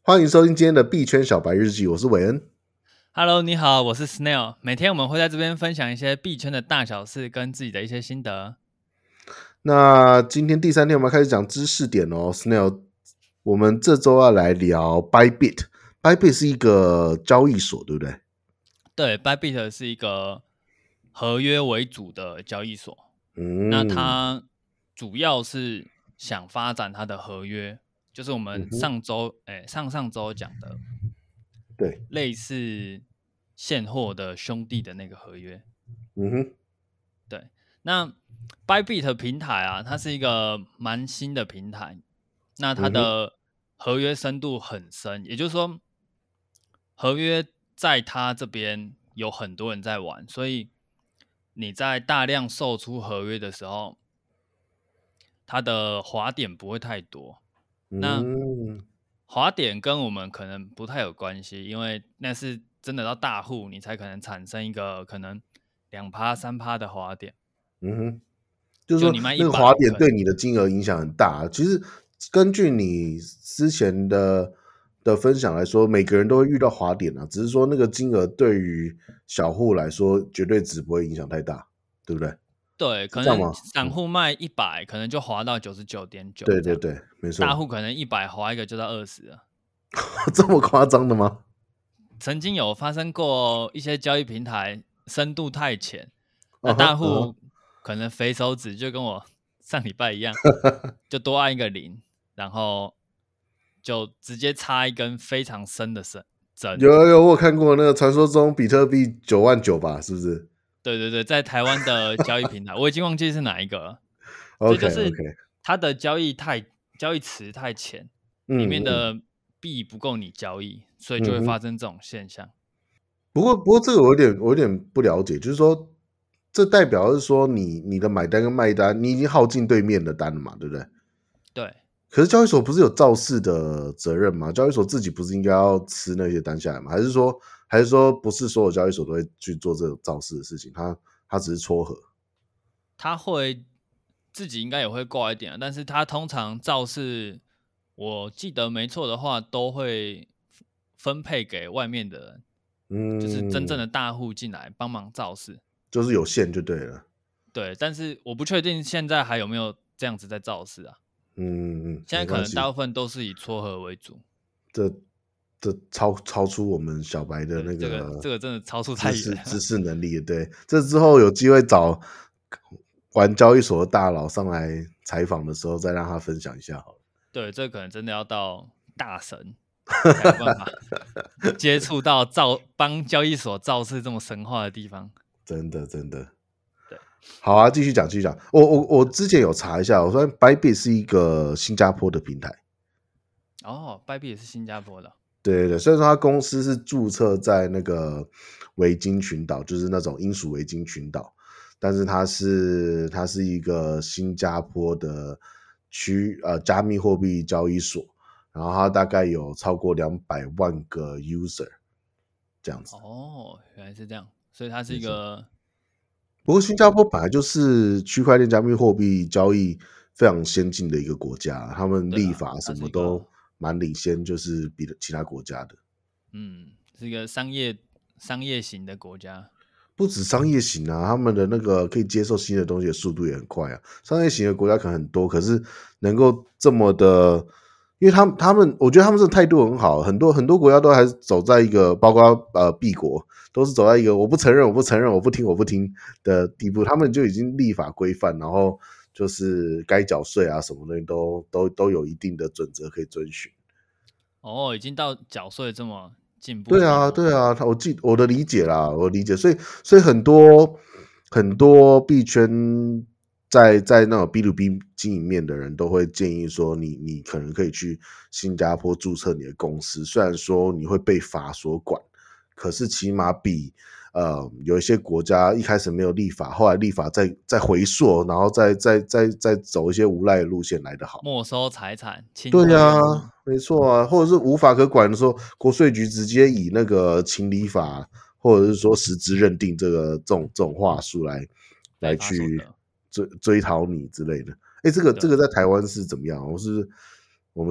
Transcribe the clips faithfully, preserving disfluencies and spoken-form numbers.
欢迎收听今天的币圈小白日记，我是韦恩。 Hello， 你好，我是 Snail。每天我们会在这边分享一些币圈的大小事跟自己的一些心得。 那今天第三天，我们要开始讲知识点哦。Snail， 我们这周要来聊 Bybit。Bybit 是一个交易所，对不对？ 对 ，Bybit 是一个合约为主的交易所。 嗯， 那它主要是想发展它的合约，就是我们上周、嗯欸、上上周讲的， 对， 类似现货的兄弟的那个合约。 嗯哼， 对。那 Bybit 平台啊，它是一个蛮新的平台，那它的合约深度很深，也就是说，合约在它这边有很多人在玩，所以你在大量售出合约的时候，它的滑点不会太多。那嗯， 滑点跟我们可能不太有关系，因为那是真的到大户你才可能产生一个可能两趴三趴的滑点。 嗯哼，就是说就你卖那个一百， 滑点对你的金额影响很大。其实根据你之前的的分享来说，每个人都会遇到滑点啊，只是说那个金额对于小户来说绝对值不会影响太大，对不对？ 对，可能是这样吗？ 散户卖一百，可能就滑到九十九点九， 对对对，没错。 大户可能一百滑一个就到二十了。 这么夸张的吗？ 曾经有发生过一些交易平台深度太浅，那 uh-huh, 大 uh-huh. 户可能肥手指就跟我上礼拜一样，就多按一个零，然后就直接插一根非常深的针。 有有有，我有看过那个传说中比特币九万九吧，是不是？ 对对对，在台湾的交易平台，我已经忘记是哪一个了。 OK 就是 OK， 它的交易太交易池太浅， 嗯， 里面的币不够你交易，所以就会发生这种现象。 不过不过这个我有点我有点不了解，就是说这代表是说你你的买单跟卖单，你已经耗尽对面的单了嘛，对不对？ 对。 可是交易所不是有造市的责任吗？交易所自己不是应该要吃那些单下来吗？还是说还是说不是所有交易所都会去做这种造市的事情？它它只是撮合。 他会自己应该也会挂一点，但是他通常造市，我记得没错的话，都会分配给外面的人，嗯，就是真正的大户进来帮忙造市， 就是有限就对了。 对，但是我不确定现在还有没有这样子在造市啊。 嗯嗯， 现在可能大部分都是以撮合为主。 这这超超出我们小白的那个， 这个这个真的超出太远了， 知识能力。对，这之后有机会找玩交易所的大佬上来采访的时候，再让他分享一下好了。 对，这可能真的要到大神才有办法接触到造帮交易所造势这么神话的地方。 真的真的。 对， 好啊，继续讲继续讲。我我我之前有查一下，我说 Bybit 是一个新加坡的平台。 哦 ，Bybit 也是新加坡的。 对对对，虽然说他公司是注册在那个维京群岛，就是那种英属维京群岛，但是它是它是一个新加坡的区呃加密货币交易所，然后它大概有超过两百万个 user 这样子。 哦，原来是这样，所以它是一个。 不过新加坡本来就是区块链加密货币交易非常先进的一个国家，他们立法什么都蛮领先，就是比其他国家的。 嗯，是一个商业商业型的国家。 不止商业型啊，他们的那个可以接受新的东西的速度也很快啊。商业型的国家可能很多，可是能够这么的，因为他们他们，我觉得他们这态度很好，很多很多国家都还是走在一个，包括呃 B 国，都是走在一个我不承认、我不承认、我不听、我不听的地步，他们就已经立法规范，然后就是该缴税啊什么东西都都都有一定的准则可以遵循。 哦，已经到缴税这么进步。 对啊，对啊，我记我的理解啦，我理解，所以所以很多很多币圈在在那种 B to B 经营面的人都会建议说你，你可能可以去新加坡注册你的公司，虽然说你会被法所管，可是起码比呃有一些国家一开始没有立法，后来立法再再回溯，然后再再再再走一些无赖的路线来得好。 没收财产， 对啊，没错啊，或者是无法可管的时候，国税局直接以那个情理法，或者是说实质认定这个这种这种话术来来去追追讨你之类的。哎，这个这个在台湾是怎么样？我是我们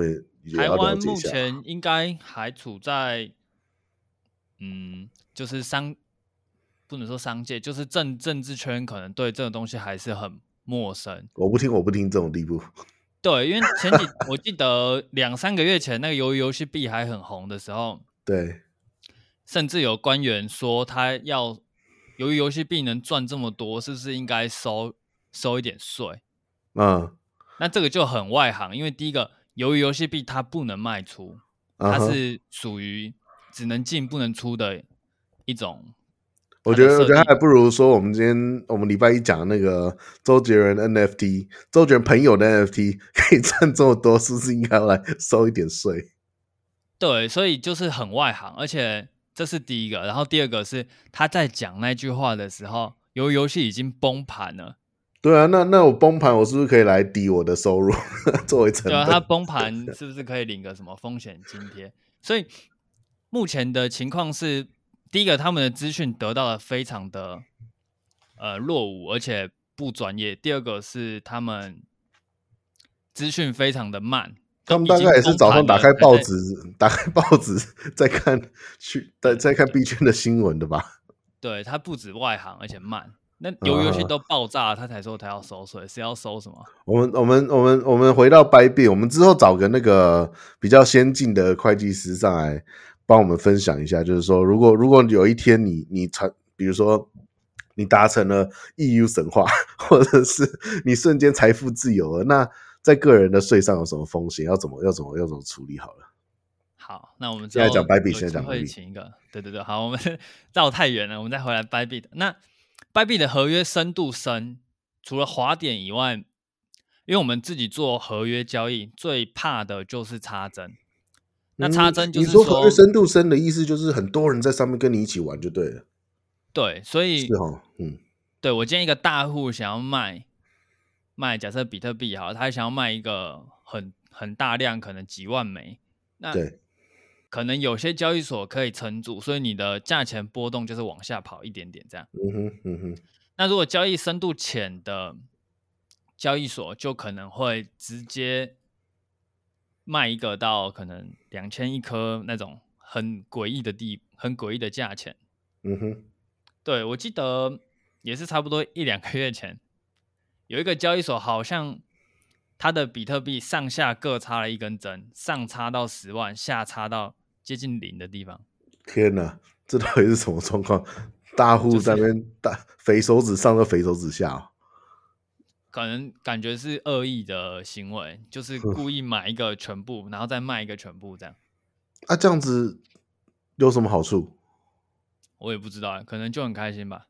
也台要了解一湾目下。 前应该还处在，嗯，就是商不能说商界，就是政政治圈可能对这个东西还是很陌生。 我不听，我不听这种地步。 对，因为前几我记得两三个月前那个鱿鱼游戏币还很红的时候， 对， 甚至有官员说他要由于游戏币能赚这么多，是不是应该收收一点税？ 嗯那这个就很外行，因为第一个，由于游戏币它不能卖出，它嗯哼， 是属于只能进不能出的一种它我觉得，我的设定。 觉得还不如说，我们今天我们礼拜一讲那个周杰伦 N F T，周杰伦朋友的 N F T 可以赚这么多，是不是应该来收一点税？ 对，所以就是很外行，而且这是第一个。然后第二个是他在讲那句话的时候，由于游戏已经崩盘了。 对啊，那那我崩盘，我是不是可以来抵我的收入作为成对啊， 本？ 它崩盘是不是可以领个什么风险津贴？所以目前的情况是，第一个他们的资讯得到的非常的呃落伍，而且不专业；第二个是他们资讯非常的慢， 他都已经们大概也是崩盘早上打了才在开报纸，打开报纸在看去在在看币圈的新闻的吧？ 对，它不止外行，而且慢。那由于游戏嗯， 都爆炸了，他才说他要收税，是要收什么？ 我们我们我们我们回到 Bybit，我们之后找个那个比较先进的会计师上来帮我们分享一下，就是说，如果如果有一天你你传，比如说你达成了 E U 神话，或者是你瞬间财富自由了，那在个人的税上有什么风险？要怎么要怎么要怎么处理好了？ 好，那我们之现在讲后 Bybit， 有机现在讲 Bybit， 会请一个，对对对，好，我们绕太远了，我们再回来 Bybit。那 Bybit 的合约深度深，除了滑点以外，因为我们自己做合约交易，最怕的就是插针。那插嗯， 针就你说合约是说， 深度深的意思就是很多人在上面跟你一起玩就对了， 对，所以是哈，嗯， 对我今天一个大户想要卖卖，假设比特币好，他想要卖一个很很大量，可能几万枚，那对， 可能有些交易所可以撑住，所以你的价钱波动就是往下跑一点点这样。 嗯哼嗯哼， 那如果交易深度浅的交易所，就可能会直接卖一个到可能两千一颗那种很诡异的地，很诡异的价钱。 嗯哼， 对，我记得也是差不多一两个月前，有一个交易所好像它的比特币上下各插了一根针，上插到十万，下插到接近零的地方。 天哪，这到底是什么状况？大户在那就是边大肥手指上和肥手指下、哦， 可能感觉是恶意的行为，就是故意买一个全部，然后再卖一个全部这样。 啊，这样子有什么好处？ 我也不知道，可能就很开心吧。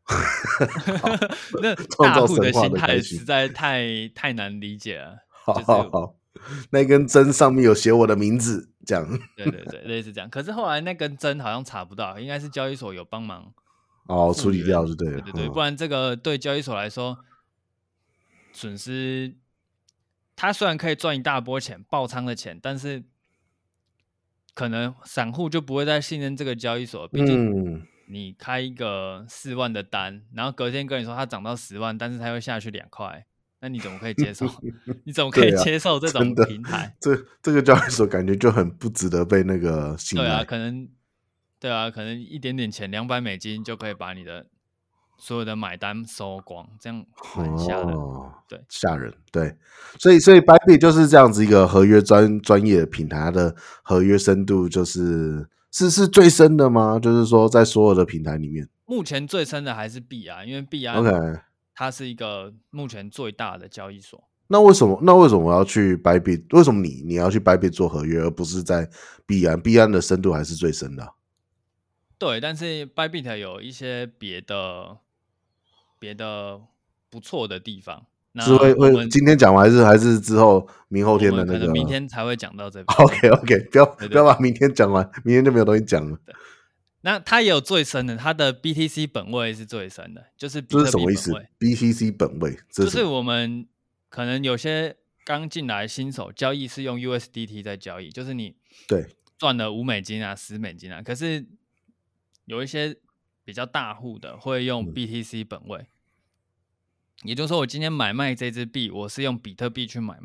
那创大户造神话的心态的开心实。在太太难理解了， 好就是好好，那根针上面有写我的名字，这样。 对对对，类似这样。可是后来那根针好像查不到，应该是交易所有帮忙哦，处理复原。 掉就对了。 对对对，不嗯然这个对交易所来说损失，它虽然可以赚一大波钱，爆仓的钱，但是可能散户就不会再信任这个交易所，毕竟嗯， 你开一个四万的单，然后隔天跟你说它涨到十万，但是它又下去两块，那你怎么可以接受？你怎么可以对啊， 接受这种真的， 平台？ 这这个交易所感觉就很不值得被那个信对啊， 赖。 可能对啊，可能一点点钱，两百美金就可以把你的所有的买单收光，这样蛮吓人。 哦， 对， 吓人，对，所以所以 Bybit 就是这样子一个合约专专业的平台，它的合约深度就是是是最深的吗？就是说在所有的平台里面目前最深的还是币安，因为币安 ，OK， 它是一个目前最大的交易所。 那为什么那为什么我要去 Bybit？为什么你你要去 Bybit 做合约，而不是在币安？币安的深度还是最深的啊、 对，但是 Bybit 有一些别的别的不错的地方。 是会会那我们今天讲完，还是还是之后明后我天的那个们可能明天才会讲到这 ？OK OK，不要对对不要把明天讲完，明天就没有东西讲了。 那它也有最深的，它的 B T C 本位是最深的，就是比这是特什么意思币本位。 ？B T C 本位，这就是是什么？ 我们可能有些刚进来新手交易是用 U S D T 在交易，就是你对， 赚了五美金啊、十美金啊，可是有一些比较大户的会用嗯 B T C 本位，也就是说我今天买卖这支币，我是用比特币去买卖，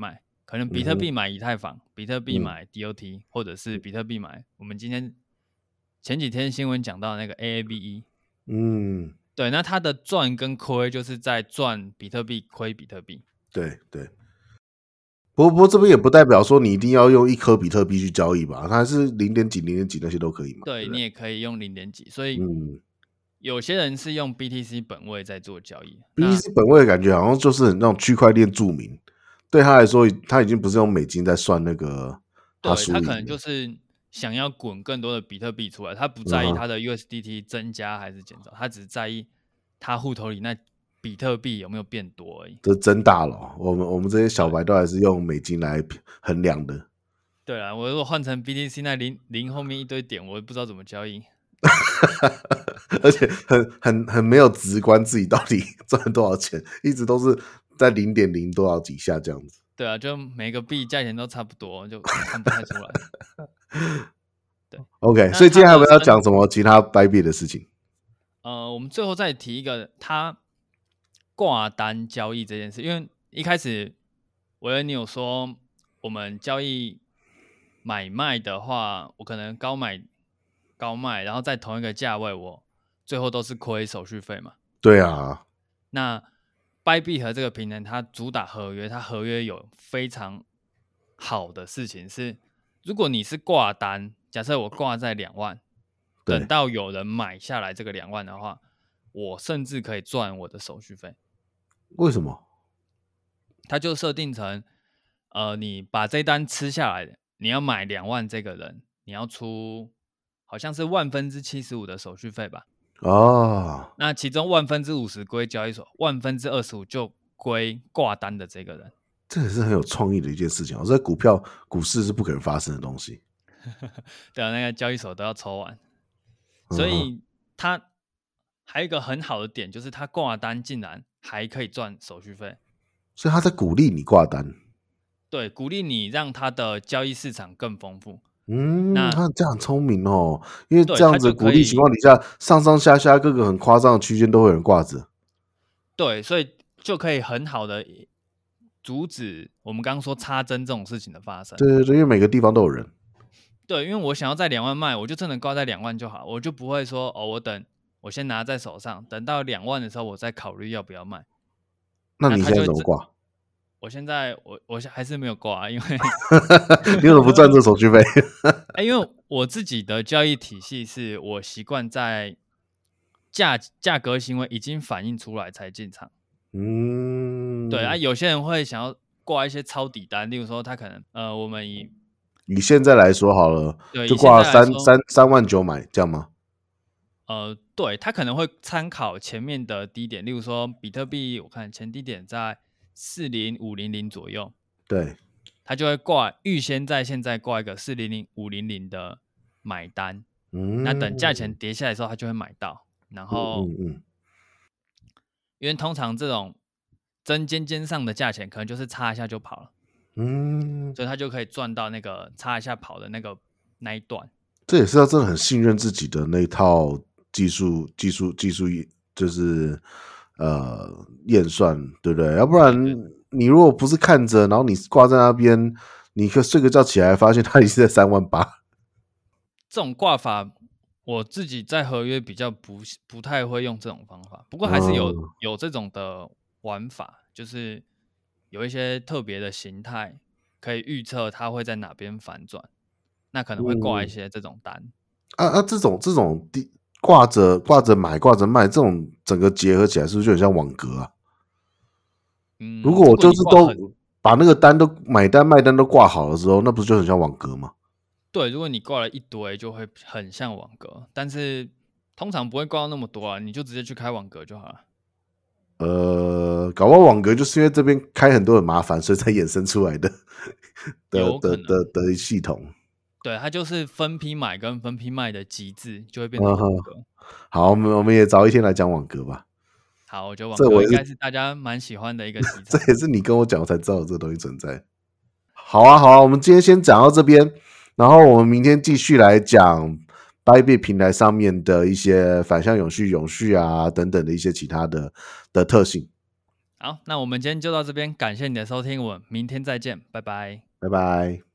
可能比特币买以太坊，嗯、比特币买 D O T，、嗯、或者是比特币买我们今天前几天新闻讲到的那个 A A B E。 嗯， 对，那它的赚跟亏就是在赚比特币，亏比特币。 对对。不过不过这边也不代表说你一定要用一颗比特币去交易吧，它还是零点几零点几那些都可以嘛。 对， 对， 你也可以用零点几，所以嗯， 有些人是用 B T C 本位在做交易。 B T C 本位的感觉好像就是那种区块链著名，对他来说，他已经不是用美金在算那个他输赢， 对他可能就是想要滚更多的比特币出来，他不在意他的 U S D T 增加还是减少，他只在意他户头里那比特币有没有变多而已。 这真大了，我们我们这些小白都还是用美金来衡量的。 对啊，我如果换成 B T C 那零零后面一堆点，我也不知道怎么交易。 而且很很很没有直观，自己到底赚多少钱，一直都是在零点零多少几下这样子。 对啊，就每个币价钱都差不多，就看不太出来。对 ，OK， 所以接下来我们要讲什么其他掰币的事情？ 呃，我们最后再提一个他挂单交易这件事，因为一开始维恩你有说我们交易买卖的话，我可能高买高卖，然后在同一个价位，我最后都是亏手续费嘛。 对啊， 那 Bybit 和这个平台，它主打合约，它合约有非常好的事情是，如果你是挂单，假设我挂在两万，等到有人买下来这个两万的话，我甚至可以赚我的手续费。 为什么？ 它就设定成，呃，你把这单吃下来，你要买两万，这个人你要出好像是万分之七十五的手续费吧？ 哦， 那其中万分之五十归交易所，万分之二十五就归挂单的这个人。 这也是很有创意的一件事情哦，在股票股市是不可能发生的东西。 对啊，那个交易所都要抽完，所以他还有一个很好的点，就是他挂单竟然还可以赚手续费， 所以他在鼓励你挂单， 对，鼓励你让他的交易市场更丰富。 嗯， 那他这样很聪明哦，因为这样子鼓励情况底下，上上下下各个很夸张的区间都会有人挂着。 对，所以就可以很好的阻止我们刚刚说插针这种事情的发生。 对对对，因为每个地方都有人。 对，因为我想要在两万卖，我就真的挂在两万就好，我就不会说哦，我等我先拿在手上，等到两万的时候我再考虑要不要卖。 那你现在怎么挂？ 我现在我我还是没有挂，因为你怎么不赚这手续费？ 哎，因为我自己的交易体系是我习惯在价价格行为已经反映出来才进场。 嗯， 对啊，有些人会想要挂一些抄底单，例如说他可能呃，我们以以现在来说好了， 对， 就挂三三三万九买这样吗？ 呃，对，他可能会参考前面的低点，例如说比特币，我看前低点在四零五零零左右， 对， 他就会挂预先在现在挂一个四零零五零零的买单， 嗯， 那等价钱跌下来的时候，他就会买到，然后， 嗯嗯， 因为通常这种针尖尖上的价钱，可能就是插一下就跑了， 嗯， 所以他就可以赚到那个插一下跑的那个那一段。 这也是要真的很信任自己的那一套技术、技术、技术，就是呃验算，对不对？要不然你如果不是看着，然后你挂在那边，你可睡个觉起来，发现它已经在三万八。 这种挂法，我自己在合约比较不不太会用这种方法，不过还是有、哦、有这种的玩法，就是有一些特别的形态可以预测它会在哪边反转，那可能会挂一些这种单。 嗯、啊啊，这种这种挂着挂着买挂着卖，这种整个结合起来是不是就很像网格啊？ 嗯， 如果我就是都把那个单都买单卖单都挂好了之后，那不是就很像网格吗？ 对，如果你挂了一堆，就会很像网格，但是通常不会挂到那么多啊，你就直接去开网格就好了。 呃，搞不好网格就是因为这边开很多很麻烦，所以才衍生出来的的的的的系统。 对，它就是分批买跟分批卖的机制，就会变成网格。 嗯、好，我们我们也早一天来讲网格吧。 好，我觉得网格应该是大家蛮喜欢的一个题材。 这也是你跟我讲，我才知道有这个东西存在。好啊，好啊，我们今天先讲到这边，然后我们明天继续来讲 Bybit 平台上面的一些反向永续、永续啊等等的一些其他的的特性。 好，那我们今天就到这边，感谢你的收听，我们明天再见，拜拜。 拜拜。